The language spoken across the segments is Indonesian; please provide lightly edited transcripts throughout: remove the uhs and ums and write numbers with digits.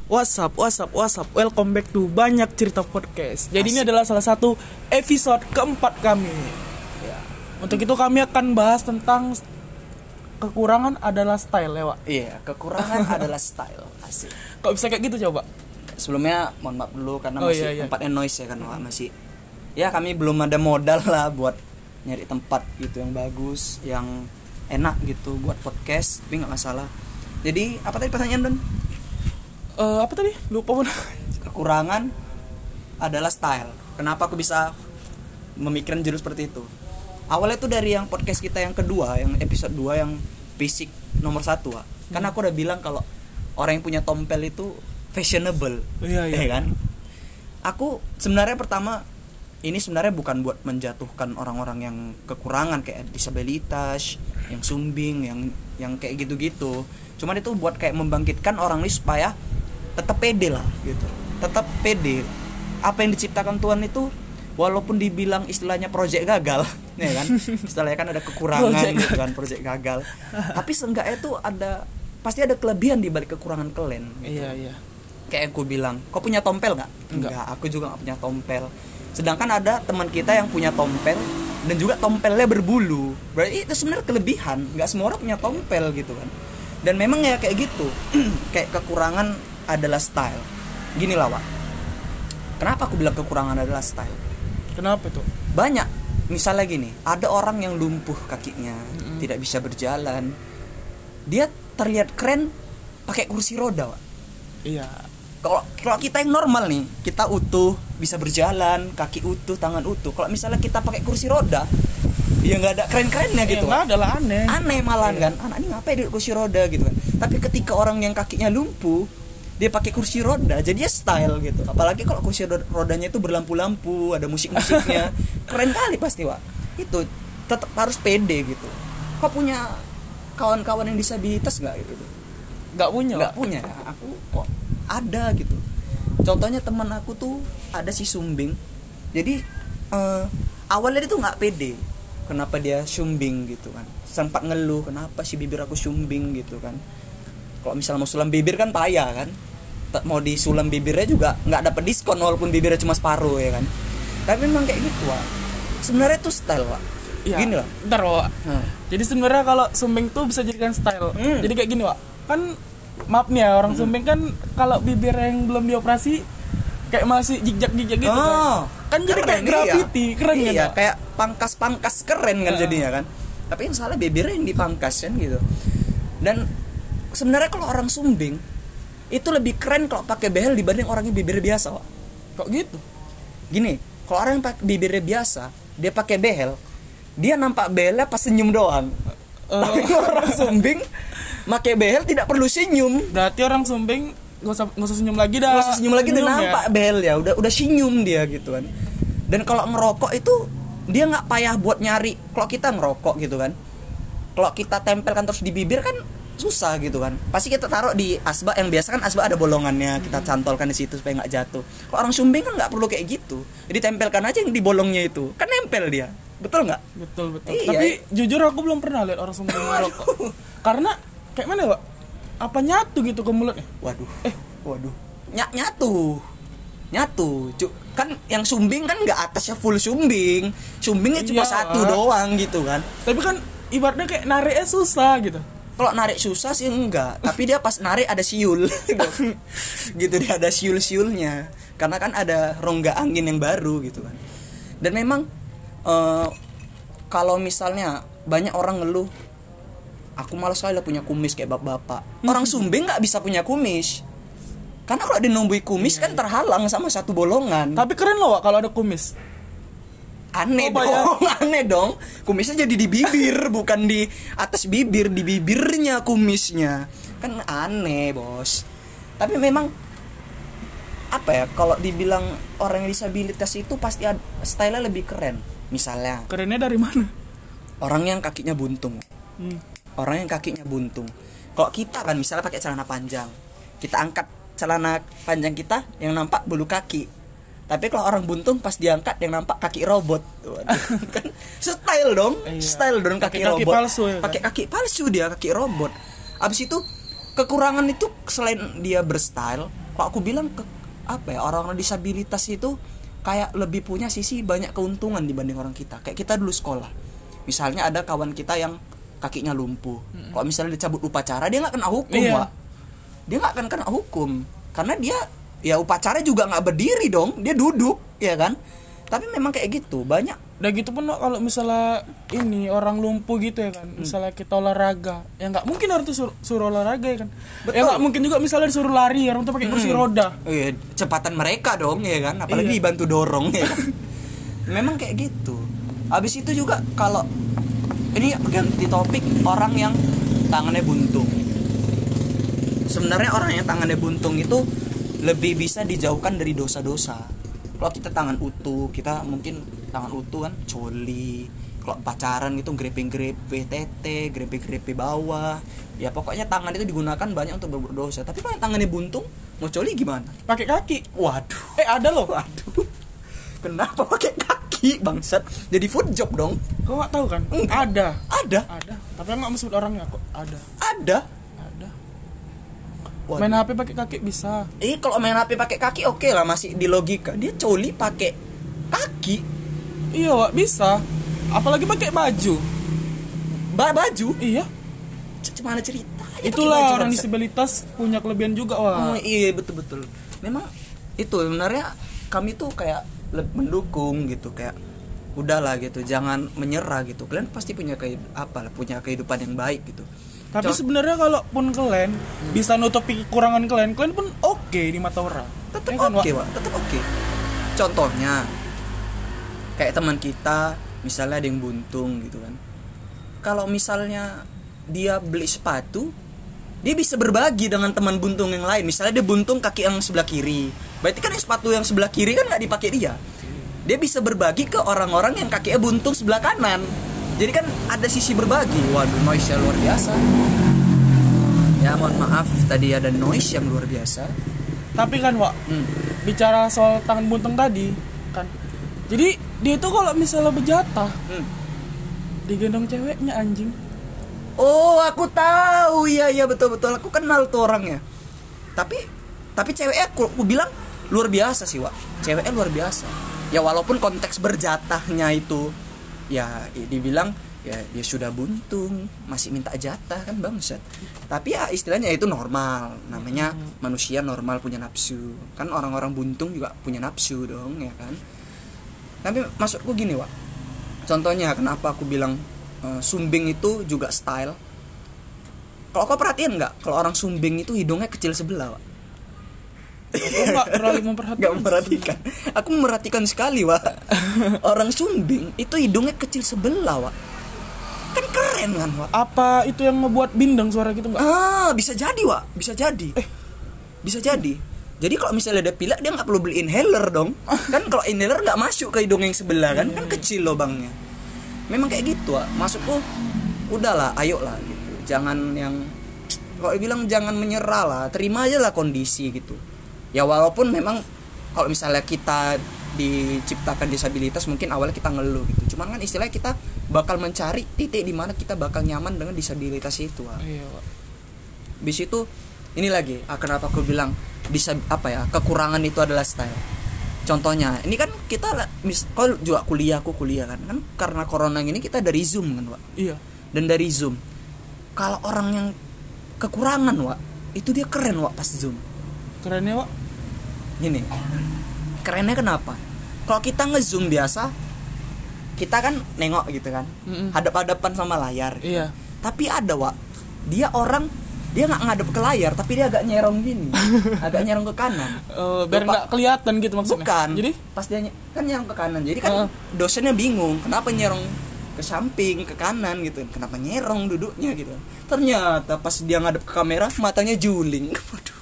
WhatsApp. Welcome back to Banyak Cerita Podcast. Jadi ini adalah salah satu episode keempat kami. Ya. Untuk itu kami akan bahas tentang kekurangan adalah style, ya, Wak. Iya, kekurangan adalah style. Asik. Kok bisa kayak gitu coba? Sebelumnya mohon maaf dulu karena Iya. tempatnya noise ya kan, Wak. Masih. Ya kami belum ada modal lah buat nyari tempat gitu yang bagus, yang enak gitu buat podcast, tapi nggak masalah. Jadi apa tadi pertanyaan Don? Apa tadi? Lupa pun. Kekurangan adalah style. Kenapa aku bisa memikirkan judul seperti itu? Awalnya tuh dari yang podcast kita yang kedua, yang episode 2 yang fisik nomor 1, Wak. Karena aku udah bilang kalau orang yang punya tompel itu fashionable. Iya. Kan? Aku sebenarnya pertama ini sebenarnya bukan buat menjatuhkan orang-orang yang kekurangan kayak disabilitas, yang sumbing, yang kayak gitu-gitu. Cuman itu buat kayak membangkitkan orang ini supaya tetap pede lah gitu. Tetap pede. Apa yang diciptakan Tuhan itu walaupun dibilang istilahnya project gagal, ya kan? Istilahnya kan ada kekurangan gitu kan, project gagal. Tapi seenggaknya itu pasti ada kelebihan di balik kekurangan kalian gitu. Iya. Kayak aku bilang, kau punya tompel nggak? Enggak, aku juga nggak punya tompel. Sedangkan ada teman kita yang punya tompel dan juga tompelnya berbulu. Berarti itu sebenarnya kelebihan. Nggak semua orang punya tompel gitu kan. Dan memang ya kayak gitu. Kayak kekurangan adalah style. Gini lah, Wak. Kenapa aku bilang kekurangan adalah style? Kenapa tuh? Banyak. Misalnya gini, ada orang yang lumpuh kakinya, tidak bisa berjalan. Dia terlihat keren pakai kursi roda, Wak. Iya. Kalau kita yang normal nih, kita utuh, bisa berjalan, kaki utuh, tangan utuh. Kalau misalnya kita pakai kursi roda, ya nggak ada keren-kerennya gitu. Enggak adalah aneh. Aneh malah kan. Anak ini ngapain di kursi roda gitu kan. Tapi ketika orang yang kakinya lumpuh, dia pakai kursi roda, jadinya style gitu. Apalagi kalau kursi rodanya itu berlampu-lampu, ada musik-musiknya, keren kali pasti, Wak. Itu tetap harus pede gitu. Kau punya kawan-kawan yang disabilitas nggak gitu? Nggak punya. Aku kok ada gitu. Contohnya teman aku tuh ada si sumbing. Jadi awalnya dia tuh nggak pede. Kenapa dia sumbing gitu kan? Sempat ngeluh, kenapa sih bibir aku sumbing gitu kan? Kalau misalnya mau sulam bibir kan payah kan? Mau disulam bibirnya juga nggak dapat diskon walaupun bibirnya cuma separuh ya kan. Tapi memang kayak gitu, Wak. Sebenarnya itu style, Wak. Ya, gini lah. Bentar, Wak. Jadi sebenarnya kalau sumbing tuh bisa jadikan style. Jadi kayak gini, Wak. Kan maaf nih ya, orang sumbing kan kalau bibir yang belum dioperasi kayak masih jijak-jijak gitu kan jadi kayak graffiti, keren kan? Iya, kayak pangkas-pangkas keren kan jadinya kan. Tapi yang salah bibirnya yang dipangkas kan gitu. Dan sebenarnya kalau orang sumbing itu lebih keren kalau pakai behel dibanding orang yang bibirnya biasa, Wak. Kok gitu? Gini, kalau orang yang pakai bibirnya biasa, dia pakai behel, dia nampak behelnya pas senyum doang. Tapi orang sumbing pakai behel tidak perlu senyum. Berarti orang sumbing nggak usah senyum lagi dah. Nggak usah senyum lagi, udah nampak ya? behel ya, udah senyum dia gitu kan. Dan kalau ngerokok itu dia nggak payah buat nyari. Kalau kita ngerokok gitu kan, kalau kita tempelkan terus di bibir kan susah gitu kan. Pasti kita taruh di asbak, yang biasa kan asbak ada bolongannya, kita cantolkan di situ supaya nggak jatuh. Kalau orang sumbing kan nggak perlu kayak gitu. Jadi tempelkan aja yang di bolongnya itu, kan nempel dia. Betul nggak? Betul. Iya. Tapi jujur aku belum pernah lihat orang sumbing ngerokok. Karena kayak mana, Pak? Apa nyatu gitu ke mulutnya? Waduh. Nyatu. Kan yang sumbing kan nggak atasnya full sumbing. Sumbingnya cuma satu doang gitu kan. Tapi kan ibaratnya kayak nariknya susah gitu. Kalau narik susah sih enggak, tapi dia pas narik ada siul. Gitu, dia ada siul-siulnya. Karena kan ada rongga angin yang baru gitu kan. Dan memang kalau misalnya banyak orang ngeluh, aku malas sekali punya kumis kayak bapak-bapak. Orang sumbing nggak bisa punya kumis. Karena kalau dia numbuhi kumis kan terhalang sama satu bolongan. Tapi keren loh, Wak, kalau ada kumis. Aneh dong. Kumisnya jadi di bibir, bukan di atas bibir, di bibirnya kumisnya. Kan aneh, Bos. Tapi memang apa ya, kalau dibilang orang yang disabilitas itu pasti style-nya lebih keren. Misalnya, kerennya dari mana? orang yang kakinya buntung. Kalau kita kan misalnya pakai celana panjang, kita angkat celana panjang kita yang nampak bulu kaki. Tapi kalau orang buntung pas diangkat yang nampak kaki robot. Kan style dong. Iya. Style dong kaki robot. Palsu, ya, pakai kaki palsu dia, kaki robot. Abis itu kekurangan itu selain dia berstyle, Kalau aku bilang orang-orang disabilitas itu kayak lebih punya sisi banyak keuntungan dibanding orang kita. Kayak kita dulu sekolah, misalnya ada kawan kita yang kakinya lumpuh, kalau misalnya dicabut upacara dia nggak kena hukum, Wak. Dia nggak akan kena hukum karena dia ya upacara juga nggak berdiri dong, dia duduk, ya kan. Tapi memang kayak gitu banyak. Udah gitu pun kalau misalnya ini orang lumpuh gitu ya kan, misalnya kita olahraga, ya nggak mungkin orang tuh suruh olahraga ya kan. Betul. Ya nggak mungkin juga misalnya disuruh lari, orang tuh pakai kursi roda. Iya, cepatan mereka dong, ya kan. Apalagi dibantu dorong, ya kan. Memang kayak gitu. Habis itu juga kalau ini ganti topik, orang yang tangannya buntung. Sebenarnya orang yang tangannya buntung itu lebih bisa dijauhkan dari dosa-dosa. Kalau kita tangan utuh, kita mungkin tangan utuh kan coli. Kalau pacaran itu grepe-grepe tete, grepe-grepe bawah. Ya pokoknya tangan itu digunakan banyak untuk berbuat dosa. Tapi kalau tangannya buntung, mau coli gimana? Pakai kaki. Waduh. Ada loh. Waduh. Kenapa pakai kaki, bangsat? Jadi food job dong. Kau nggak tahu kan? Enggak. Ada. Tapi nggak mau sebut orangnya kok. Ada. Waduh. Main HP pakai kaki bisa. Kalau main HP pakai kaki oke lah, masih di logika. Dia coli pakai kaki. Iya, Wak, bisa. Apalagi pakai baju. Baju? Iya. Gimana cerita? Itulah orang disabilitas punya kelebihan juga, Wak. Oh, iya betul. Memang itu sebenarnya kami tuh kayak mendukung gitu, kayak udahlah gitu, jangan menyerah gitu. Kalian pasti punya punya kehidupan yang baik gitu. Tapi sebenarnya kalaupun kalian bisa nutupi kekurangan kalian pun oke di mata orang. Tetap oke, Wak. Tetap oke. Contohnya kayak teman kita, misalnya ada yang buntung gitu kan. Kalau misalnya dia beli sepatu, dia bisa berbagi dengan teman buntung yang lain. Misalnya dia buntung kaki yang sebelah kiri, berarti kan yang sepatu yang sebelah kiri kan nggak dipakai dia. Dia bisa berbagi ke orang-orang yang kakinya buntung sebelah kanan. Jadi kan ada sisi berbagi. Waduh, noise luar biasa. Ya mohon maaf tadi ada noise yang luar biasa. Tapi kan, Wak, bicara soal tangan buntung tadi kan. Jadi dia itu kalau misalnya berjatah, digendong ceweknya, anjing. Oh, aku tahu. Iya betul. Aku kenal tuh orangnya. Tapi ceweknya aku bilang luar biasa sih, Wak. Ceweknya luar biasa. Ya walaupun konteks berjatahnya itu ya dibilang ya dia sudah buntung, masih minta jatah kan bangsat. Tapi ya istilahnya itu normal. Namanya manusia normal punya nafsu. Kan orang-orang buntung juga punya nafsu dong, ya kan? Tapi maksudku gini, Wak. Contohnya kenapa aku bilang sumbing itu juga style. Kalau kau perhatiin nggak, kalau orang sumbing itu hidungnya kecil sebelah, Wak. Aku nggak terlalu memperhatikan. Aku memperhatikan sekali, Wak. Orang sumbing itu hidungnya kecil sebelah, Wak. Kan keren kan, Wak. Apa itu yang ngebuat bindeng suara gitu nggak? Bisa jadi, Wak. Bisa jadi. Bisa jadi. Jadi kalau misalnya dia pilek, dia nggak perlu beli inhaler dong. Kan kalau inhaler nggak masuk ke hidung yang sebelah kan, kan kecil lubangnya. Memang kayak gitu, Wak. Maksudku, udahlah, ayolah gitu. Jangan yang kalau bilang jangan menyerah lah, terima aja lah kondisi gitu. Ya walaupun memang kalau misalnya kita diciptakan disabilitas mungkin awalnya kita ngeluh gitu. Cuman kan istilahnya kita bakal mencari titik di mana kita bakal nyaman dengan disabilitas itu. Iya, Pak. Bis itu ini lagi, kenapa aku bilang kekurangan itu adalah style. Contohnya, ini kan kita kalau juga aku kuliah kan karena corona ini kita dari Zoom kan, Pak. Iya. Dan dari Zoom, kalau orang yang kekurangan, Pak, itu dia keren, Pak, pas Zoom. Kerennya, Pak? Gini, kerennya kenapa? Kalau kita nge-zoom biasa, kita kan nengok gitu kan, hadap-hadapan sama layar gitu. Iya. Tapi ada, Wak, dia nggak ngadep ke layar, tapi dia agak nyerong gini, agak nyerong ke kanan. Biar nggak kelihatan gitu maksudnya. Bukan. Jadi pas dia kan nyerong ke kanan, jadi kan dosennya bingung, kenapa nyerong ke samping, ke kanan gitu, kenapa nyerong duduknya gitu. Ternyata pas dia ngadep ke kamera, matanya juling. Waduh.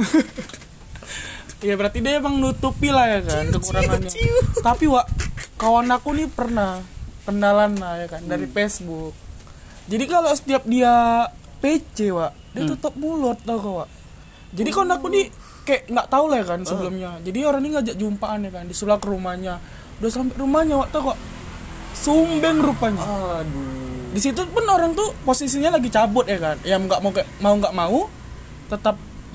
Iya, berarti dia emang nutupi lah ya kan kekurangannya. Tapi, Wak, kawan aku nih pernah kenalan lah ya kan dari Facebook. Jadi kalau setiap dia PC, Wak, dia tutup mulut tau kau, Wak. Jadi kawan aku nih kayak nggak tahu lah ya kan sebelumnya. Jadi orang ini ngajak jumpaan ya kan, disuruh ke rumahnya. Udah sampai rumahnya, Wak, tau kok sumbeng rupanya. Aduh. Di situ pun orang tuh posisinya lagi cabut ya kan. Ya nggak mau tetap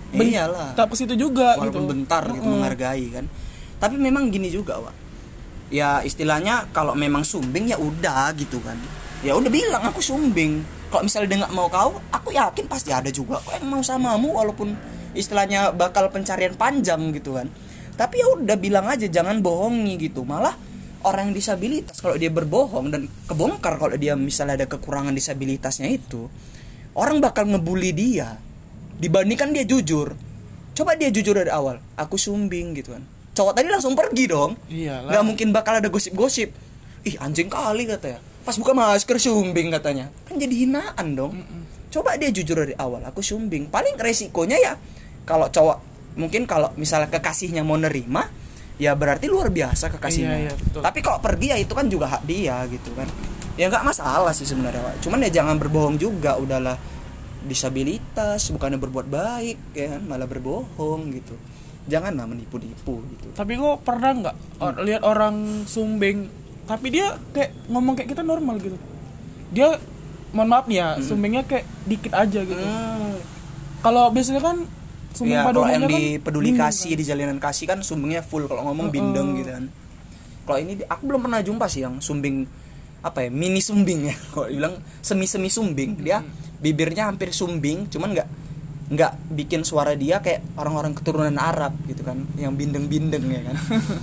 Iyalah. tahap ke situ juga walaupun gitu. bentar gitu menghargai kan. Tapi memang gini juga, Wak. Ya istilahnya kalau memang sumbing ya udah gitu kan. Ya udah bilang aku sumbing. Kalau misalnya dia nggak mau kau, aku yakin pasti ada juga kok yang mau samamu walaupun istilahnya bakal pencarian panjang gitu kan. Tapi ya udah bilang aja, jangan bohongi gitu. Malah orang yang disabilitas kalau dia berbohong dan kebongkar kalau dia misalnya ada kekurangan disabilitasnya itu, orang bakal ngebully dia dibandingkan dia jujur. Coba dia jujur dari awal, aku sumbing gitu kan, cowok tadi langsung pergi dong. Iyalah. Nggak mungkin bakal ada gosip-gosip, ih anjing kali katanya, pas buka masker sumbing katanya, kan jadi hinaan dong. Coba dia jujur dari awal, aku sumbing. Paling resikonya ya kalau cowok, mungkin kalau misalnya kekasihnya mau nerima, ya berarti luar biasa kekasihnya. Iya, betul. Tapi kalau pergi ya itu kan juga hak dia gitu kan. Ya nggak masalah sih sebenarnya, Pak. Cuman ya jangan berbohong juga, udahlah disabilitas bukannya berbuat baik ya kan, malah berbohong gitu. Janganlah menipu-nipu gitu. Tapi kok pernah nggak lihat orang sumbing tapi dia kayak ngomong kayak kita normal gitu. Dia mohon maaf nih ya, sumbingnya kayak dikit aja gitu. Kalau biasanya kan sumbing Ya, pada kalau yang umumnya di kan peduli bindeng kasih, di jalinan kasih kan sumbingnya full, kalau ngomong bindeng gitu kan. Kalau ini aku belum pernah jumpa sih yang sumbing apa ya, mini sumbing ya. Kalau bilang semi sumbing, dia bibirnya hampir sumbing, cuman nggak bikin suara dia kayak orang-orang keturunan Arab gitu kan, yang bindeng-bindeng ya kan.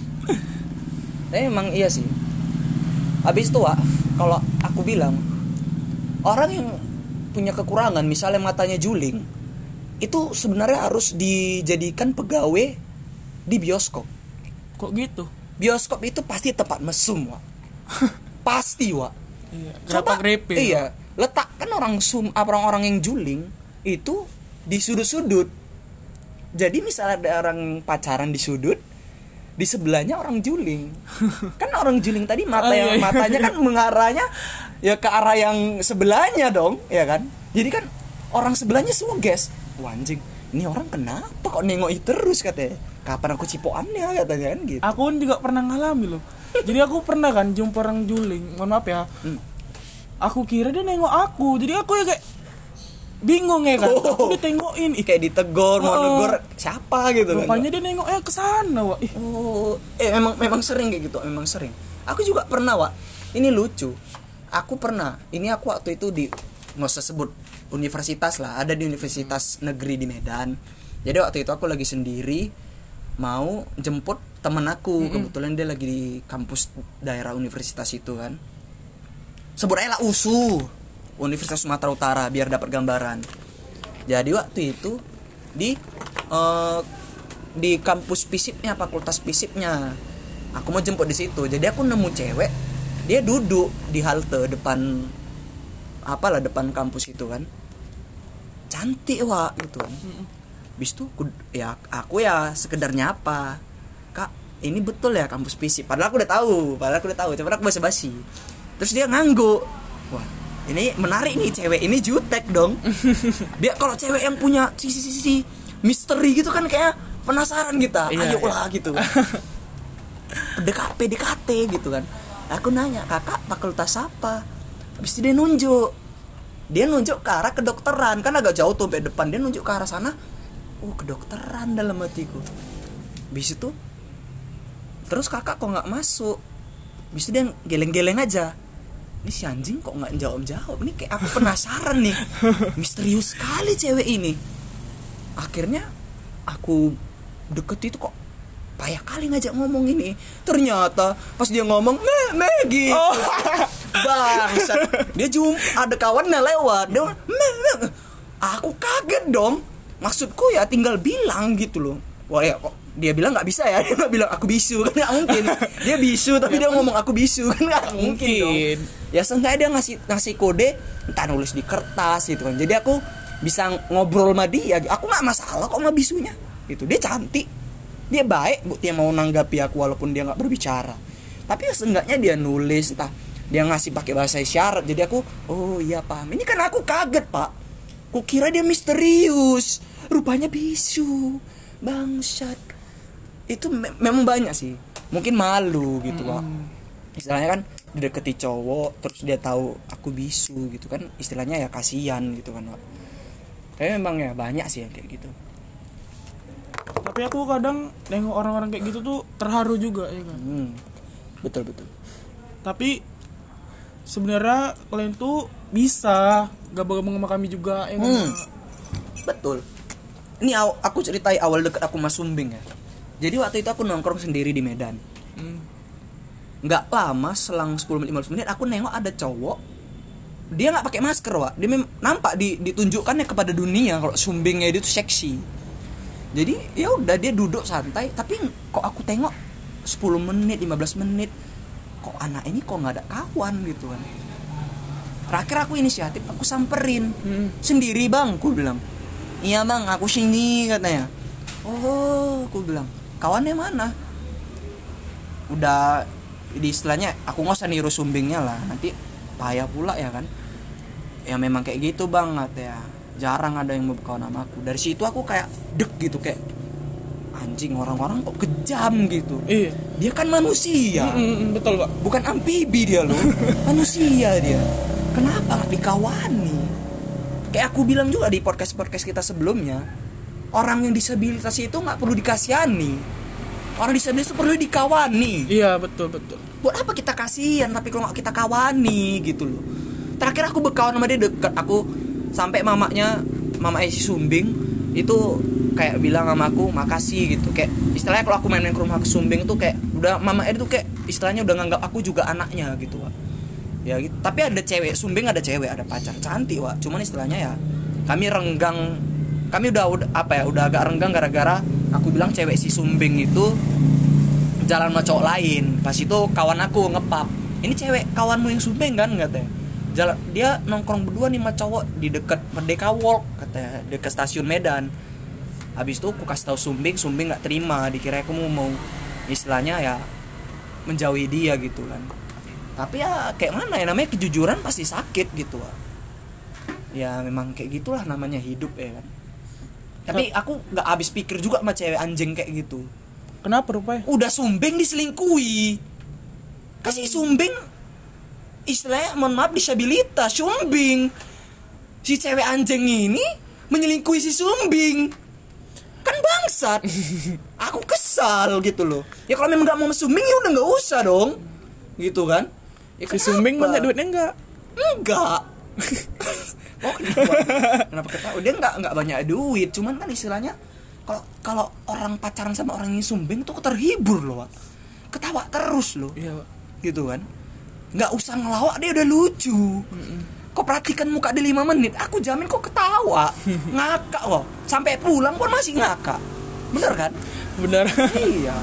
Tapi emang iya sih. Habis itu, Wak, kalau aku bilang orang yang punya kekurangan, misalnya matanya juling, itu sebenarnya harus dijadikan pegawai di bioskop. Kok gitu? Bioskop itu pasti tempat mesum, Wak. Pasti, Wak. Iya. Coba, Grepe. iya, letakkan orang-orang yang juling itu di sudut-sudut. Jadi misalnya ada orang pacaran di sudut, di sebelahnya orang juling. Kan orang juling tadi matanya kan mengarahnya ya ke arah yang sebelahnya dong, ya kan? Jadi kan orang sebelahnya suges. Wah, anjing, ini orang kenapa kok nengoki terus katanya. Kapan aku cipokannya katanya kan gitu. Aku juga pernah ngalami loh. Jadi aku pernah kan jumpa orang juling, mohon maaf ya. Aku kira dia nengok aku, jadi aku ya kayak bingung ya kan. Aku ditengokin, kayak ditegur, mau negur siapa gitu kan. Rupanya dia nengoknya ke sana, Wak. Memang sering kayak gitu, memang sering. Aku juga pernah, Wak. Ini lucu. Aku pernah, ini aku waktu itu di, nggak usah sebut universitas lah, ada di universitas negeri di Medan. Jadi waktu itu aku lagi sendiri mau jemput temen aku, kebetulan dia lagi di kampus daerah universitas itu kan. Sebut aja lah USU, Universitas Sumatera Utara, biar dapat gambaran. Jadi waktu itu di kampus FISIPnya, fakultas FISIPnya, aku mau jemput di situ. Jadi aku nemu cewek, dia duduk di halte depan depan kampus itu kan, cantik, Wak, gitu kan. Bis itu aku ya sekedar nyapa, Kak, ini betul ya kampus FISIP. Padahal aku udah tahu, cuma aku basa-basi. Terus dia ngangguk. Wah, ini menarik nih, cewek ini jutek dong. Dia kalau cewek yang punya sisi misteri gitu kan, kayak penasaran kita. Iya, ayolah gitu kan. PDKT gitu kan. Aku nanya, kakak fakultas apa? Habis itu dia nunjuk ke arah kedokteran, kan agak jauh tuh sampai depan. Dia nunjuk ke arah sana. Kedokteran dalam hatiku. Habis itu terus kakak kok nggak masuk? Habis itu dia geleng-geleng aja. Ini si anjing kok nggak jawab. Ini kayak aku penasaran nih. Misterius sekali cewek ini. Akhirnya aku deket itu, kok payah kali ngajak ngomong ini. Ternyata pas dia ngomong gitu. Bangsat. Dia ada kawannya lewat. Dia aku kaget dong. Maksudku ya tinggal bilang gitu loh. Wah ya, kok dia bilang nggak bisa ya, dia nggak bilang aku bisu, kan nggak mungkin. Dia bisu tapi dia ngomong aku bisu, kan nggak mungkin dong. Ya seenggaknya dia ngasih kode, entah nulis di kertas gitu kan. Jadi aku bisa ngobrol sama dia. Aku nggak masalah kok sama bisunya. Itu dia cantik, dia baik, dia mau nanggapi aku walaupun dia nggak berbicara. Tapi ya seenggaknya dia nulis, entah dia ngasih pakai bahasa isyarat. Jadi aku, oh iya paham. Ini kan aku kaget, Pak. Kukira dia misterius, rupanya bisu. Bangsat. Itu memang banyak sih. Mungkin malu gitu, Pak. Istilahnya kan dideketi cowok terus dia tahu aku bisu gitu kan, istilahnya ya kasihan gitu kan, Pak. Tapi memang ya banyak sih yang kayak gitu. Tapi aku kadang nengok orang-orang kayak gitu tuh terharu juga ya kan. Betul. Tapi sebenarnya kalian tuh bisa gabung-gabung sama kami juga ya kan. Betul. Ini aku ceritai awal deket aku sama Sumbing ya. Jadi waktu itu aku nongkrong sendiri di Medan. Nggak lama, selang 10 menit 15 menit aku nengok ada cowok. Dia nggak pakai masker, Wak. Dia nampak ditunjukkannya kepada dunia kalau Sumbingnya itu seksi. Jadi ya udah dia duduk santai, tapi kok aku tengok 10 menit 15 menit kok anak ini kok nggak ada kawan gitu kan. Terakhir aku inisiatif, aku samperin. Sendiri, Bang, aku bilang. Iya, Bang, aku sini katanya. Oh, aku bilang, kawannya mana? Udah di istilahnya aku nggak usah niru Sumbingnya lah, nanti payah pula ya kan. Ya memang kayak gitu, Bang, katanya. Jarang ada yang mau berkawan sama aku. Dari situ aku kayak dek gitu, kayak anjing, orang-orang kok kejam gitu. Iya. Dia kan manusia. Betul, Pak. Bukan amfibi dia loh. Manusia dia. Kenapa nggak dikawani? Kayak aku bilang juga di podcast kita sebelumnya, orang yang disabilitas itu nggak perlu dikasihani. Orang disabilitas itu perlu dikawani. Iya, betul. Buat apa kita kasihan tapi kalau nggak kita kawani gitu loh. Terakhir aku berkawan sama dia deket. Aku sampai mamanya si Sumbing itu kayak bilang sama aku makasih gitu. Kayak istilahnya kalau aku main-main ke rumah ke Sumbing tuh kayak udah mamanya itu kayak istilahnya udah nganggap aku juga anaknya gitu, Wak. Ya gitu. Tapi ada cewek, Sumbing ada cewek, ada pacar cantik, Wak. Cuman istilahnya ya kami renggang. Kami udah agak renggang gara-gara aku bilang cewek si Sumbing itu jalan sama cowok lain. Pas itu kawan aku ngepap, ini cewek kawanmu yang Sumbing kan, katanya. Dia nongkrong berdua nih sama cowok di dekat Merdeka Walk, katanya, dekat stasiun Medan. Habis itu aku kasih tahu Sumbing nggak terima, dikira aku mau istilahnya ya menjauhi dia gitu kan. Tapi ya kayak mana ya, namanya kejujuran pasti sakit gitu. Ya memang kayak gitulah namanya hidup ya kan. Tapi aku nggak habis pikir juga sama cewek anjing kayak gitu. Kenapa rupanya? Udah Sumbing diselingkuhi. Kasih Sumbing istilahnya mohon maaf disabilitas. Sumbing, si cewek anjing ini menyelingkuhi si Sumbing. Kan bangsat. Aku kesal gitu loh. Ya kalau memang nggak mau sama Sumbing ya udah nggak usah dong. Gitu kan. Ya, si Sumbing banyak duitnya enggak. Oh, kenapa ketawa? Dia enggak banyak duit, cuman kan istilahnya kalau orang pacaran sama orang yang Sumbing tuh terhibur loh, Wak. Ketawa terus loh. Iya, Pak. Gitu kan. Enggak usah ngelawak, dia udah lucu. Kok perhatikan muka dia 5 menit, aku jamin kok ketawa. Ngakak kok. Sampai pulang pun masih ngakak. Bener kan? Bener. Iya.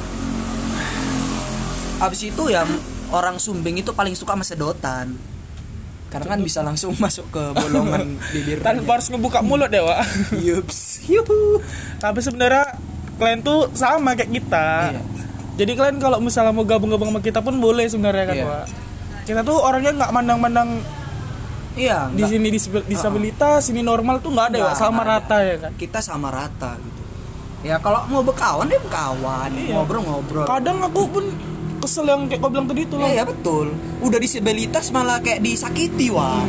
Abis itu ya orang Sumbing itu paling suka sama sedotan. Karena kan bisa langsung masuk ke bolongan bibir. Tanpa harus ngebuka mulut deh, Wak. Yups. Yuhu. Tapi sebenarnya kalian tuh sama kayak kita. Iya. Jadi kalian kalau misalnya mau gabung-gabung sama kita pun boleh sebenarnya kan, Iya. Wak. Kita tuh orangnya nggak mandang-mandang Iya. di sini disabilitas, sini normal tuh nggak ada, Wak. Sama rata ya kan. Kita sama rata gitu. Ya kalau mau berkawan dia berkawan, Iya. ngobrol-ngobrol. Kadang aku pun kesel yang kayak kau bilang tadi itu loh. Iya betul. Udah disabilitas malah kayak disakiti, Wah.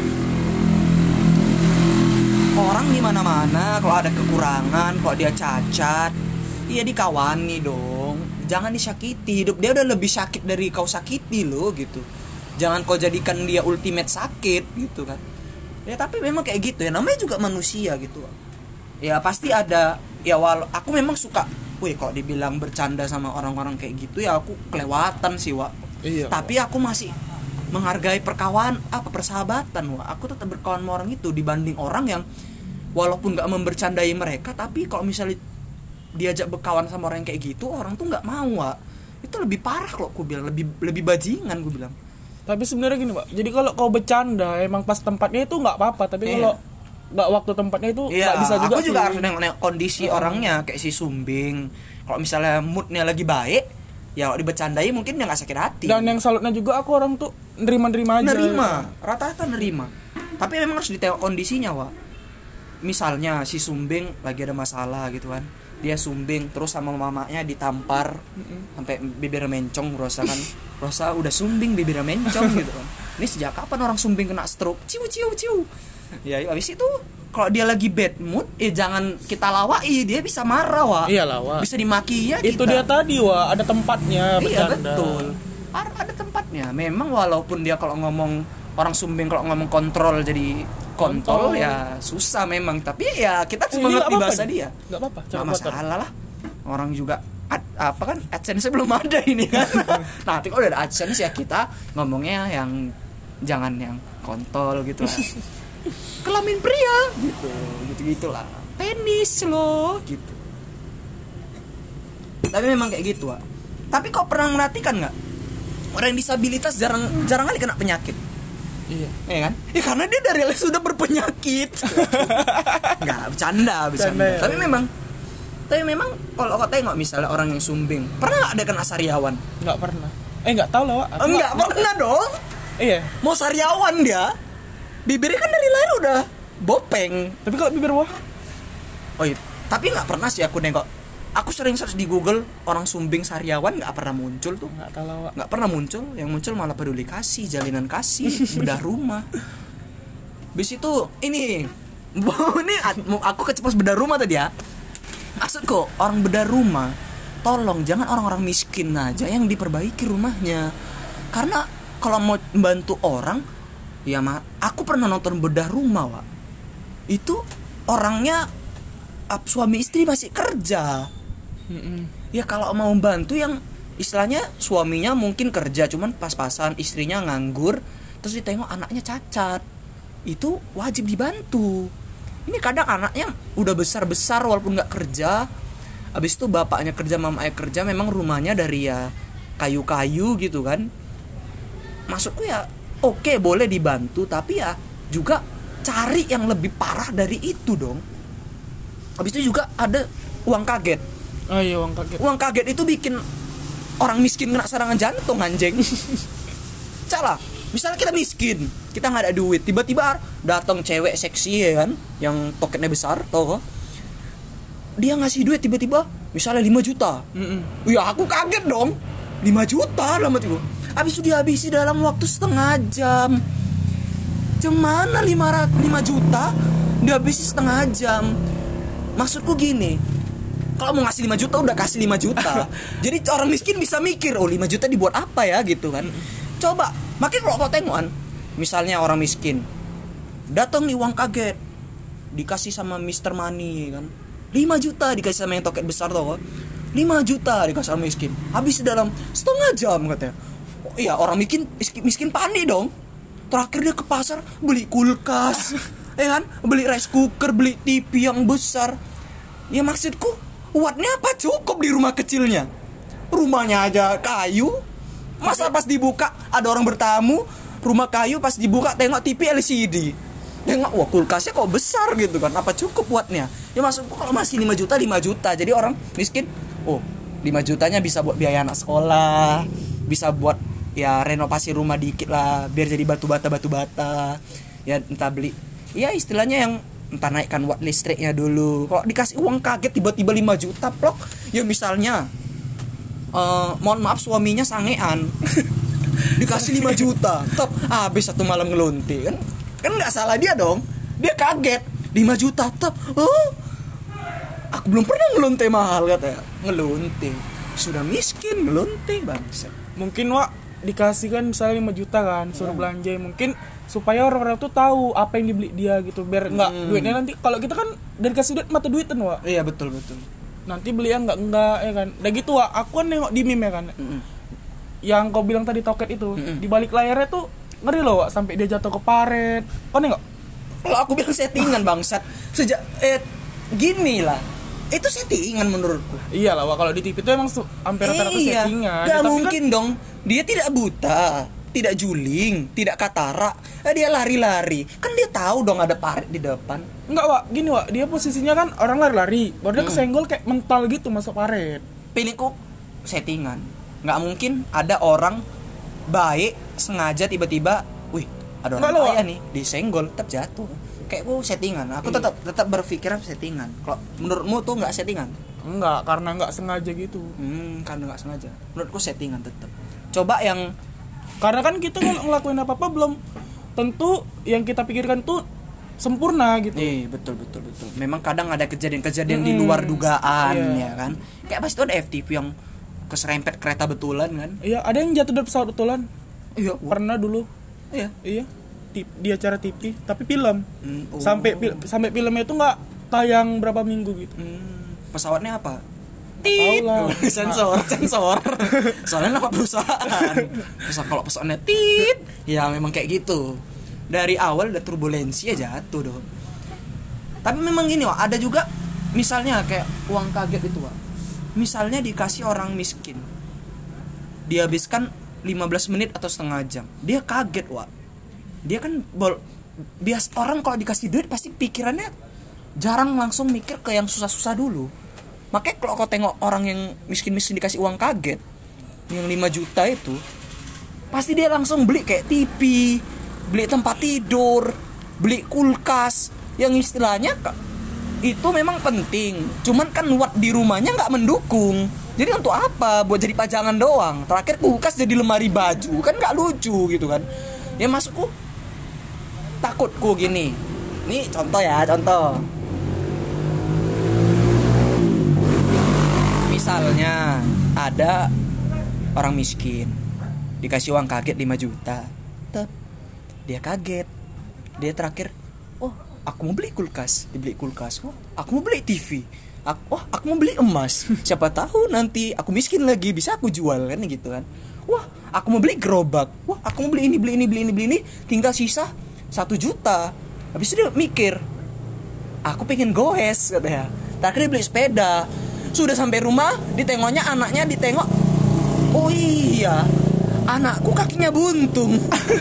Orang di mana-mana kalau ada kekurangan, kalau dia cacat, iya dikawani dong. Jangan disakiti. Hidup dia udah lebih sakit dari kau sakiti loh gitu. Jangan kau jadikan dia ultimate sakit gitu kan. Ya tapi memang kayak gitu ya. Namanya juga manusia gitu. Ya pasti ada. Ya aku memang suka. Wih, kok dibilang bercanda sama orang-orang kayak gitu ya aku kelewatan sih, Wak. Iya. Tapi aku masih menghargai persahabatan, Wak. Aku tetap berkawan sama orang itu dibanding orang yang walaupun gak membercandai mereka, tapi kalau misalnya diajak berkawan sama orang yang kayak gitu, orang tuh gak mau, Wak. Itu lebih parah loh, aku bilang, lebih bajingan gue bilang. Tapi sebenarnya gini, Pak. Jadi kalau kau bercanda emang pas tempatnya itu nggak apa-apa, tapi kalau nggak waktu tempatnya itu nggak bisa juga. Aku juga harus nengok kondisi orangnya kayak si Sumbing. Kalau misalnya moodnya lagi baik, ya kalau dibecandai mungkin dia nggak sakit hati. Dan yang salutnya juga aku orang tuh nerima aja. Rata-rata nerima. Tapi memang harus ditengok kondisinya, Wak. Misalnya si Sumbing lagi ada masalah gitu kan, dia Sumbing terus sama mamanya ditampar sampai bibir mencong. Rosa udah Sumbing bibir mencong gitu kan. Ini sejak kapan orang Sumbing kena stroke? Ciu. Ya habis itu kalau dia lagi bad mood, jangan kita lawai, dia bisa marah, Wak. Iya lah, Wak. Bisa dimaki ya Itu kita. dia tadi, Wak, ada tempatnya Iya, bercanda. betul. Ada tempatnya. Memang walaupun dia kalau ngomong orang Sumbing kalau ngomong kontrol jadi kontol ya susah memang, tapi ya kita harus mengerti bahasa dia. Enggak apa-apa, Nggak masalah lah. Orang juga apa kan AdSense belum ada ini kan. Nah, nanti kalau udah ada AdSense ya kita ngomongnya yang jangan yang kontol gitu lah. Kelamin pria gitu gitulah. Penis lo gitu. Tapi memang kayak gitu, Wak. Tapi kok pernah merhatikan nggak? Orang disabilitas jarang kali kena penyakit. Iya. Ya kan? Karena dia dari lahir sudah berpenyakit. Enggak, bercanda. Ya. Tapi memang kalau kau tengok misalnya orang yang Sumbing, pernah nggak ada kena sariawan? Enggak pernah. Enggak tahu lah, Wak. Enggak pernah dong. Iya. Mau sariawan dia. Bibirnya kan dari lahir udah bopeng. Tapi kalau bibir Wak, Oh iya, tapi nggak pernah sih aku nengok. Aku sering search di Google orang Sumbing sariawan, nggak pernah muncul tuh. enggak tahu lah, Wak. Nggak pernah muncul. Yang muncul malah peduli kasih, jalinan kasih, bedah rumah. Bis itu ini aku keceplos bedah rumah tadi ya. Maksudku orang bedah rumah, tolong jangan orang-orang miskin aja yang diperbaiki rumahnya. Karena kalau mau membantu orang, ya aku pernah nonton bedah rumah, Wak. Itu orangnya suami istri masih kerja. Ya kalau mau bantu yang istilahnya suaminya mungkin kerja cuman pas-pasan, istrinya nganggur, terus ditengok anaknya cacat, itu wajib dibantu. Ini kadang anaknya udah besar-besar walaupun nggak kerja, habis itu bapaknya kerja, mamanya kerja, memang rumahnya dari ya kayu-kayu gitu kan. Maksudku ya oke, boleh dibantu, tapi ya juga cari yang lebih parah dari itu dong. Habis itu juga ada uang kaget. Oh iya, uang kaget. Uang kaget itu bikin orang miskin kena serangan jantung, anjing. Salah. Misalnya kita miskin, kita nggak ada duit, tiba-tiba datang cewek seksi ya kan, yang toketnya besar, tau gak? Dia ngasih duit tiba-tiba, misalnya 5 juta. Ya aku kaget dong. 5 juta lama tiba. Habis itu dihabisi dalam waktu setengah jam. Cemana 5 juta dihabisi setengah jam. Maksudku gini, kalau mau ngasih 5 juta udah kasih 5 juta. Jadi orang miskin bisa mikir, oh 5 juta dibuat apa ya gitu kan. Coba, makin kalau kau tengokan, misalnya orang miskin datang nih uang kaget, dikasih sama Mr. Money kan, 5 juta dikasih sama yang toket besar tau kan, 5 juta dikasih sama miskin, habis dalam setengah jam katanya. Oh, iya, orang miskin panik dong. Terakhir dia ke pasar beli kulkas, ya kan, beli rice cooker, beli TV yang besar. Ya maksudku, wattnya apa cukup di rumah kecilnya? Rumahnya aja kayu. Masa pas dibuka ada orang bertamu, rumah kayu, pas dibuka tengok TV LCD. Tengok, wah kulkasnya kok besar gitu kan. Apa cukup wattnya? Ya maksudku kalau masih 5 juta, 5 juta. Jadi orang miskin, oh 5 jutanya bisa buat biaya anak sekolah, bisa buat ya renovasi rumah dikit lah, biar jadi batu bata. Ya entah beli, ya istilahnya yang entah naikkan watt listriknya dulu. Kalau dikasih uang kaget tiba-tiba 5 juta plok, ya misalnya mohon maaf suaminya sangean dikasih 5 juta top, habis satu malam ngelunti kan nggak salah dia dong, dia kaget 5 juta top. Oh, aku belum pernah ngelunti mahal katanya. Ngelunti sudah miskin, ngelunti bangsa. Mungkin Wak dikasih kan misalnya 5 juta kan, suruh belanja, mungkin supaya orang-orang tuh tahu apa yang dibeli dia gitu, biar nggak duitnya nanti, kalau kita kan dari kasih duit mata duitan, Wak. Iya betul. Nanti beli yang enggak ya kan. Udah gitu, Wak, aku kan nengok di meme ya kan. Yang kau bilang tadi toket itu, di balik layarnya tuh ngeri loh, Wak, sampai dia jatuh ke paret. Kau nengok? Kalau aku bilang settingan bangsat. Sejak gini lah. Itu settingan menurutku. Iyalah, Wak, kalau di TV itu emang hampir rata-rata settingan. Gak Tapi mungkin kan, dong. Dia tidak buta, tidak juling, tidak katarak. Dia lari-lari. Kan dia tahu dong ada paret di depan. enggak, Wak, gini, Wak, dia posisinya kan orang lari-lari, baru dia kesenggol kayak mental gitu masuk paret. Pilihku settingan. Gak mungkin ada orang baik sengaja tiba-tiba, wih, ada orang kaya nih, disenggol, tetap jatuh. Kayak settingan. Aku tetap berpikir settingan. Kalau menurutmu tuh nggak settingan? Enggak, karena nggak sengaja gitu. Karena nggak sengaja. Menurutku settingan tetap. Coba yang karena kan kita ngelakuin apa-apa belum tentu yang kita pikirkan tuh sempurna gitu. Betul. Memang kadang ada kejadian-kejadian di luar dugaan, ya kan. Kayak pas itu ada FTV yang keserempet kereta betulan kan. Iya, ada yang jatuh dari pesawat betulan. Iya, pernah dulu. Iya. Di acara TV, tapi film. Sampai filmnya itu nggak tayang berapa minggu gitu. Pesawatnya apa? Tit. Sensor. Soalnya nama perusahaan. Terus kalau pesawatnya tit, ya memang kayak gitu. Dari awal udah turbulensi ya jatuh dong. Tapi memang gini, Wak, ada juga misalnya kayak uang kaget itu, Wak. Misalnya dikasih orang miskin. Dihabiskan 15 menit atau setengah jam. Dia kaget, Wak. Dia kan bias orang kalau dikasih duit pasti pikirannya jarang langsung mikir ke yang susah-susah dulu. Makanya kalau kau tengok orang yang miskin-miskin dikasih uang kaget yang 5 juta itu, pasti dia langsung beli kayak TV, beli tempat tidur, beli kulkas. Yang istilahnya itu memang penting, cuman kan watt di rumahnya nggak mendukung. Jadi untuk apa? Buat jadi pajangan doang. Terakhir kulkas jadi lemari baju, kan nggak lucu gitu kan. Ya masukku takutku gini. Nih contoh. Misalnya ada orang miskin dikasih uang kaget 5 juta. Dia kaget. Dia terakhir, oh aku mau beli kulkas. Dibeli kulkas. Oh aku mau beli TV. Aku mau beli emas. Siapa tahu nanti aku miskin lagi, bisa aku jual kan gitu kan. Wah aku mau beli gerobak. Wah aku mau beli ini. Tinggal sisa 1 juta. Habis itu dia mikir, aku pengen goes katanya. Terakhir dia beli sepeda. Sudah sampai rumah, ditengoknya anaknya, ditengok, oh iya, anakku kakinya buntung.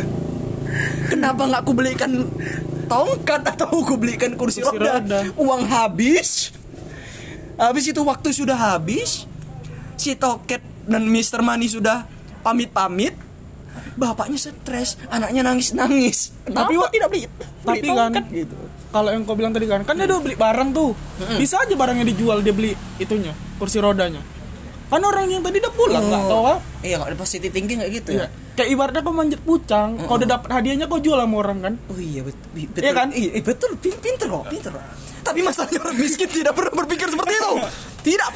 Kenapa nggak aku belikan tongkat atau aku belikan kursi roda? Uang habis. Habis itu waktu sudah habis. Si Toket dan Mr. Money sudah pamit. Bapaknya stres, anaknya nangis. Kenapa tidak beli tongkat kan, gitu? Kalau yang kau bilang tadi kan dia udah beli barang tuh. Bisa aja barangnya dijual, dia beli itunya, kursi rodanya. Kan orang yang tadi udah pulang, nggak tahu apa. Iya, kalau positive thinking kayak gitu. Iya. Kayak ibaratnya kau manjat pucang, kau udah dapat hadiahnya kau jual sama orang kan. Oh iya betul. Iya kan? Betul, pinter kok. Tapi masalahnya orang miskin tidak pernah berpikir seperti itu. Tidak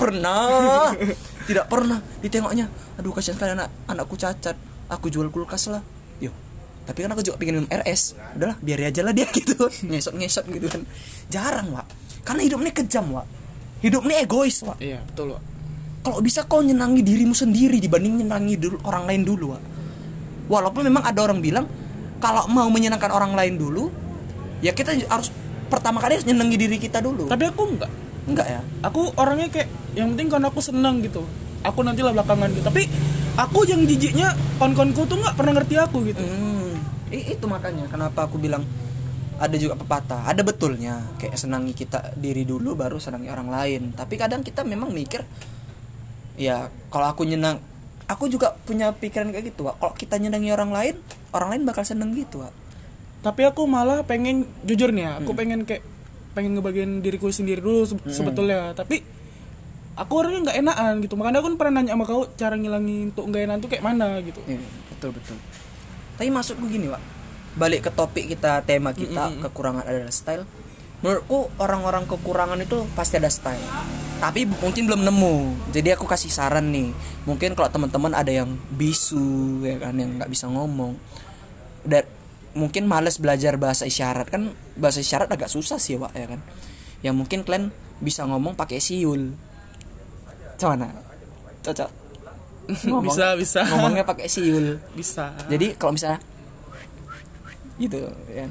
pernah. Ditengoknya, aduh kasihan sekali anakku cacat. Aku jual kulkas lah. Yo. Tapi kan aku juga pengen minum RS. Udahlah, biar aja lah dia gitu. Ngesot gitu kan. Jarang, Wak. Karena hidup ini kejam, Wak. Hidup ini egois, Wak. Iya, betul, Wak. Kalau bisa kau nyenangi dirimu sendiri dibanding nyenangi orang lain dulu, Wak. Walaupun memang ada orang bilang kalau mau menyenangkan orang lain dulu, ya kita harus pertama kali harus nyenangi diri kita dulu. Tapi aku enggak ya. Aku orangnya kayak yang penting kan aku senang gitu. Aku nantilah belakangan gitu. Tapi aku yang jijiknya kon-konku tuh nggak pernah ngerti aku gitu. Itu makanya kenapa aku bilang ada juga pepatah, ada betulnya kayak senangi kita diri dulu baru senangi orang lain. Tapi kadang kita memang mikir, ya kalau aku juga punya pikiran kayak gitu, Wak. Kalau kita nyenangi orang lain bakal seneng gitu, Wak. Tapi aku malah pengen jujur nih ya, aku pengen ngebagiin diriku sendiri dulu sebetulnya. Tapi aku orangnya nggak enakan gitu, makanya aku pernah nanya sama kau cara ngilangin untuk nggak enakan tuh kayak mana gitu. Betul. Tapi maksudku gini, Wak, balik ke topik kita, tema kita, kekurangan adalah style. Menurutku orang-orang kekurangan itu pasti ada style, tapi mungkin belum nemu. Jadi aku kasih saran nih, mungkin kalau teman-teman ada yang bisu ya kan, yang nggak bisa ngomong dan mungkin males belajar bahasa isyarat, kan bahasa isyarat agak susah sih, Wak, ya kan. Yang mungkin kalian bisa ngomong pakai siul. Mana? Cocok. Bisa. Ngomongnya pakai siul. Bisa. Jadi kalau misalnya gitu ya.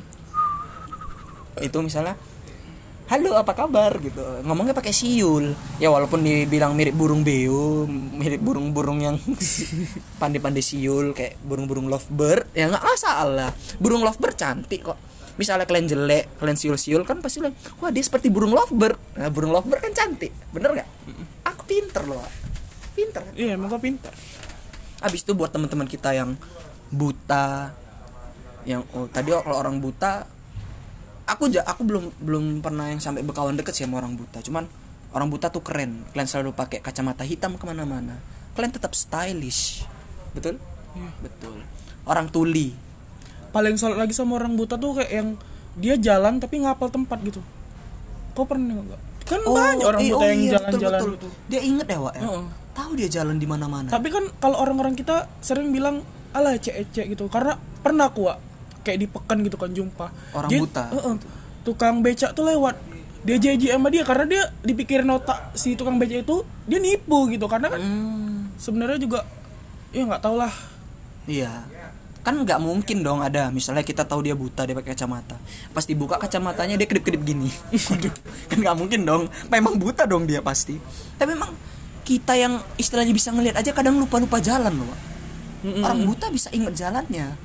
Itu misalnya halo apa kabar gitu. Ngomongnya pakai siul. Ya walaupun dibilang mirip burung beo, mirip burung-burung yang pandai-pandai siul kayak burung-burung lovebird, ya enggak masalah. Burung lovebird cantik kok. Misalnya kalian jelek, kalian siul-siul kan pasti bilang, wah dia seperti burung lovebird. Nah, burung lovebird kan cantik. Bener enggak? Aku pinter loh. Pinter. Iya, emang kau pinter. Abis itu buat teman-teman kita yang buta, yang tadi kalau orang buta, aku belum pernah yang sampai berkawan deket sih sama orang buta. Cuman orang buta tuh keren. Kalian selalu pakai kacamata hitam kemana-mana. Kalian tetap stylish, betul? Iya. Betul. Orang tuli. Paling salut lagi sama orang buta tuh kayak yang dia jalan tapi ngapal tempat gitu. Kau pernah nggak? Kan banyak orang buta yang iya, jalan-jalan betul. gitu. Dia inget ya, Wak ya. Heeh. Tahu dia jalan di mana-mana. Tapi kan kalau orang-orang kita sering bilang alah ecek-ecek gitu, karena pernah aku Wak, kayak di pekan gitu kan jumpa Orang dia, buta. Tukang becak tuh lewat, dia JJ sama dia karena dia dipikirin otak si tukang becak itu dia nipu gitu, karena kan sebenarnya juga ya nggak tau lah. Iya. Kan nggak mungkin dong ada misalnya kita tahu dia buta, dia pakai kacamata, pas dibuka kacamatanya dia kedip-kedip gini. Kan nggak mungkin dong, memang buta dong dia pasti. Tapi memang kita yang istilahnya bisa ngelihat aja kadang lupa jalan loh. Orang buta bisa inget jalannya,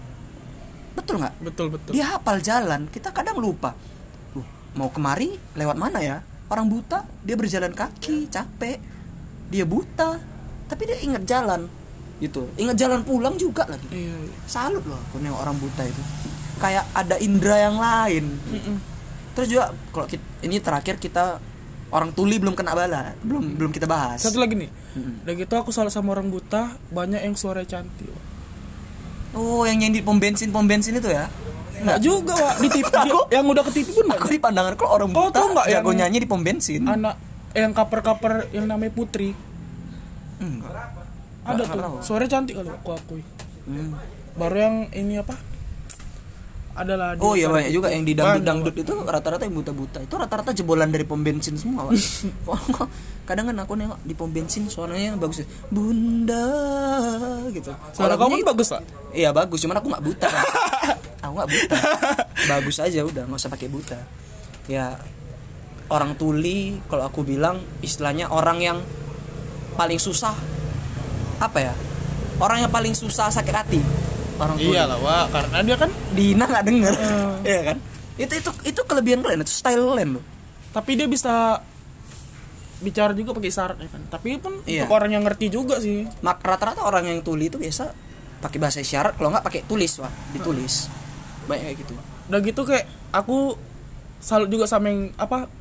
betul nggak? Betul. Dia hafal jalan, kita kadang lupa. Mau kemari lewat mana ya? Orang buta dia berjalan kaki, capek, dia buta, tapi dia inget jalan. Gitu, ingat jalan pulang juga lagi. Iya. Salut loh aku nengok orang buta itu, kayak ada indera yang lain. Terus juga kalau ini terakhir kita orang tuli belum kena bala, belum kita bahas. Satu lagi nih, udah gitu aku salut sama orang buta, banyak yang suara cantik. Oh, yang di pom bensin itu ya? Nggak juga Wak, di TV yang udah ke TV pun aku di pandangan kalau orang buta tahu nggak jago yang nyanyi di pom bensin. anak yang cover yang namanya Putri. Enggak. Ada tuh, suara cantik kalau aku akui. Baru yang ini apa? Adalah. Oh iya, banyak juga yang di dangdut itu rata-rata yang buta-buta. Itu rata-rata jebolan dari pom bensin semua, Pak. Kadang kan aku nengok di pom bensin suaranya bagus. Bunda gitu. Suara kamu bagus lah. Iya bagus, cuman aku nggak buta. Kan? Aku nggak buta. Bagus aja udah, nggak usah pakai buta. Ya orang tuli kalau aku bilang istilahnya orang yang paling susah apa ya, orang yang paling susah sakit hati, orang tuli. Iyalah Wak, karena dia kan Dina nggak denger. Iya kan, itu kelebihan kalian, itu style kalian loh. tapi dia bisa bicara juga pakai isyarat ya kan, tapi pun Iya. untuk orang yang ngerti juga sih. Rata-rata orang yang tuli itu biasa pakai bahasa isyarat, kalau nggak pakai tulis, Wah ditulis banyak kayak gitu. Udah gitu kayak aku salut juga sama yang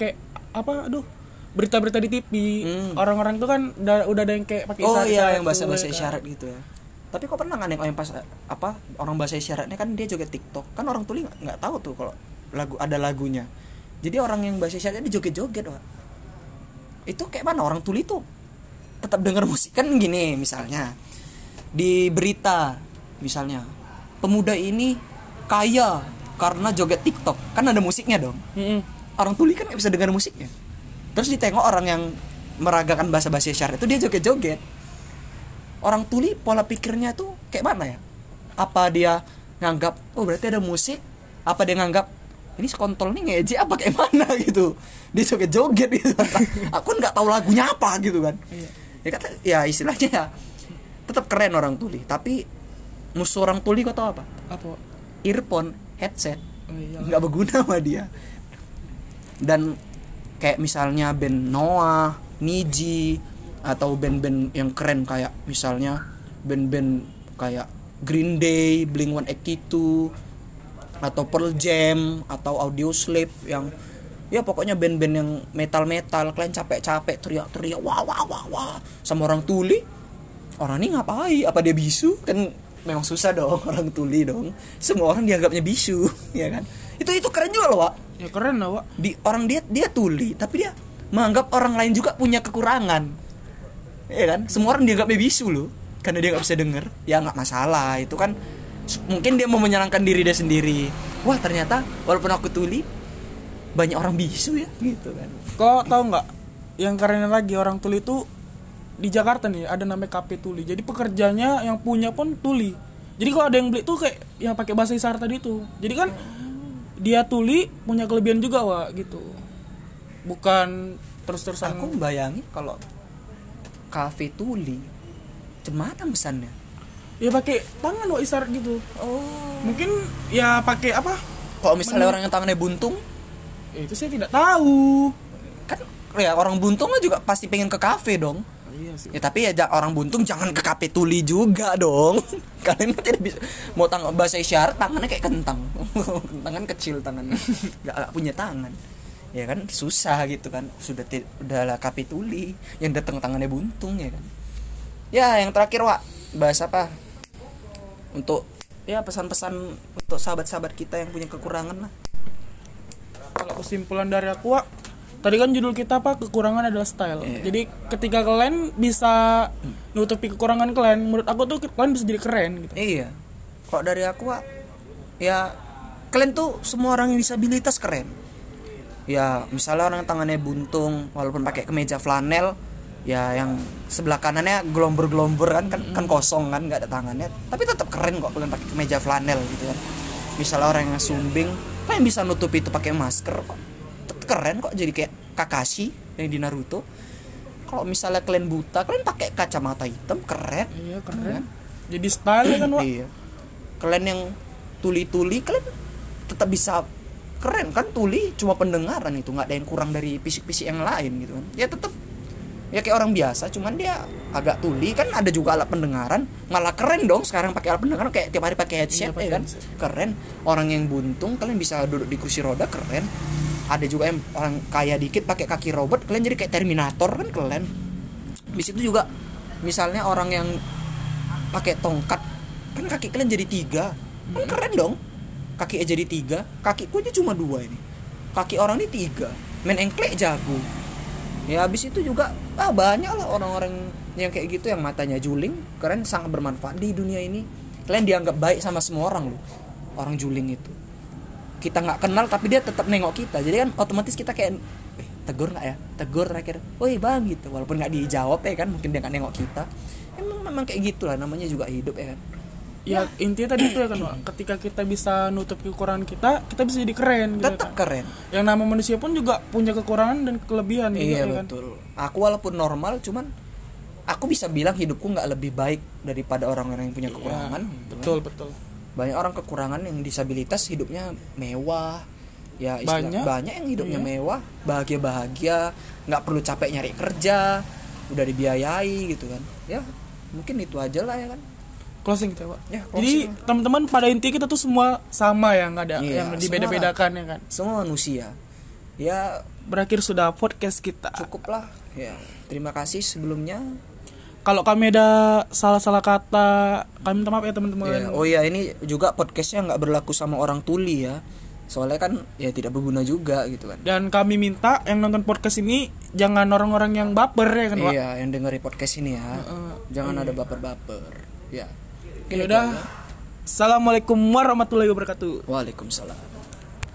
berita-berita di TV. Orang-orang tuh kan udah ada yang kayak pakai isyarat. Oh iya, yang bahasa tuh, isyarat gitu ya. Tapi kok pernah nggak yang pas orang bahasa isyaratnya kan dia joget TikTok, kan orang tuli nggak tahu tuh kalau ada lagunya. Jadi orang yang bahasa isyaratnya dia joget-joget, Wah. Itu kayak mana orang tuli tuh tetap dengar musik kan gini, misalnya di berita misalnya pemuda ini kaya karena joget TikTok, kan ada musiknya dong. Orang tuli kan nggak bisa dengar musiknya. Terus ditengok orang yang meragakan bahasa isyarat itu dia joget-joget. Orang tuli pola pikirnya tuh kayak mana ya? Apa dia nganggap oh berarti ada musik? Apa dia nganggap ini kontol nih ngejek apa kayak mana gitu? Dia joget-joget gitu. Aku nggak tahu lagunya apa gitu kan. Ya kata ya istilahnya ya tetap keren orang tuli. Tapi musuh orang tuli kau tahu apa? Apa? Earphone, headset. Iya. Nggak berguna sama dia. Dan kayak misalnya band Noah, Niji, atau band-band yang keren kayak misalnya band-band kayak Green Day, Blink-182, atau Pearl Jam, atau Audioslave yang ya pokoknya band-band yang metal-metal, kalian capek-capek teriak-teriak wah sama orang tuli. Orang ini ngapain? Apa dia bisu? Kan memang susah dong orang tuli dong. Semua orang dianggapnya bisu, ya kan? Itu keren juga loh, Wak. Ya keren lah Wak. Orang dia tuli, tapi dia menganggap orang lain juga punya kekurangan. Iya kan? Semua orang dianggapnya bisu loh, karena dia nggak bisa denger. Ya nggak masalah, itu kan mungkin dia mau menyenangkan diri dia sendiri. Wah ternyata walaupun aku tuli, banyak orang bisu ya, gitu kan. Kau tahu nggak? Yang keren lagi orang tuli itu di Jakarta nih ada namanya KP Tuli. Jadi pekerjanya yang punya pun tuli. Jadi kalau ada yang beli tuh kayak yang pakai bahasa isyarat tadi itu. Jadi kan dia tuli punya kelebihan juga Wak gitu. Bukan terus-terusan. Aku bayangin kalau kafe tuli, gimana pesannya? Ya pakai tangan Wak isyarat gitu. Oh. Mungkin ya pakai apa? Kalau misalnya orang yang tangannya buntung, Ya, itu saya tidak tahu. kan ya orang buntung kan juga pasti pengen ke kafe dong. Iya sih. Ya tapi ya orang buntung jangan ke kafe tuli juga dong. Kalian kan tidak bisa mau bahasa isyarat tangannya kayak kentang. Tangan kecil tangannya. Gak punya tangan. Ya kan susah gitu kan. Udahlah kafe tuli yang datang tangannya buntung ya kan. Ya yang terakhir Wak, bahas apa? Untuk ya pesan-pesan untuk sahabat-sahabat kita yang punya kekurangan lah. kalau kesimpulan dari aku, Wak, tadi kan judul kita apa, kekurangan adalah style. Jadi ketika kalian bisa nutupi kekurangan kalian, menurut aku tuh kalian bisa jadi keren gitu. Iya. Kok dari aku, Wak, ya kalian tuh semua orang yang disabilitas keren. Ya misalnya orang tangannya buntung walaupun pakai kemeja flanel, ya yang sebelah kanannya gelomber-gelomber kan kosong kan, nggak ada tangannya, tapi tetap keren kok kalian pakai kemeja flanel gitu kan. Misalnya orang yang sumbing, kalian bisa nutupi itu pakai masker kok, tetap keren kok, jadi kayak Kakashi yang di Naruto. Kalau misalnya kalian buta, kalian pakai kacamata hitam, keren. Iya, keren. Jadi style kan, Wak. Iya. Kalian yang tuli-tuli, kalian tetap bisa keren kan. Tuli cuma pendengaran, itu nggak ada yang kurang dari fisik-fisik yang lain gitu kan. Ya tetap ya kayak orang biasa, cuman dia agak tuli kan. Ada juga alat pendengaran, malah keren dong sekarang pakai alat pendengaran, kayak tiap hari pakai headset, ya kan, keren. Orang yang buntung kalian bisa duduk di kursi roda, keren. Ada juga yang orang kaya dikit pakai kaki robot, kalian jadi kayak Terminator kan, keren. Di situ juga misalnya orang yang pakai tongkat kan, kaki kalian jadi 3 kan, keren dong. Kaki jadi 3, kakiku aja cuma 2 ini, kaki orang ini 3, main engklek jago. Ya habis itu juga banyak lah orang-orang yang kayak gitu, yang matanya juling, keren, sangat bermanfaat di dunia ini. Kalian dianggap baik sama semua orang loh. Orang juling itu kita nggak kenal tapi dia tetap nengok kita, jadi kan otomatis kita kayak tegur nggak ya, tegur terakhir, woi bang gitu, walaupun nggak dijawab ya kan, mungkin dia nggak nengok kita. Memang kayak gitulah, namanya juga hidup ya kan. Ya intinya tadi itu ya kan, Wak. Ketika kita bisa nutup kekurangan kita bisa jadi keren gitu. Tetap kan. keren. Yang nama manusia pun juga punya kekurangan dan kelebihan juga, Iya ya betul. Kan? Aku walaupun normal, cuman aku bisa bilang hidupku nggak lebih baik daripada orang-orang yang punya kekurangan. Iya, betul betul. Banyak orang kekurangan yang disabilitas hidupnya mewah. Ya banyak yang hidupnya mewah, bahagia, nggak perlu capek nyari kerja, udah dibiayai gitu kan. Ya mungkin itu aja lah ya kan. Closing kita, Pak. Ya, jadi teman-teman, pada intinya kita tuh semua sama ya, nggak ada yang dibeda-bedakan ya kan. Semua manusia. Ya berakhir sudah podcast kita. Cukuplah. Ya terima kasih sebelumnya. Kalau kami ada salah-salah kata, kami minta maaf ya teman-teman. Ya, oh ya, ini juga podcastnya nggak berlaku sama orang tuli ya. Soalnya kan ya tidak berguna juga gitu kan. Dan kami minta yang nonton podcast ini jangan orang-orang yang baper ya kan, Pak. Iya, yang dengerin podcast ini ya. Jangan ada baper-baper. Ya. Ya udah. Assalamualaikum warahmatullahi wabarakatuh. Waalaikumsalam.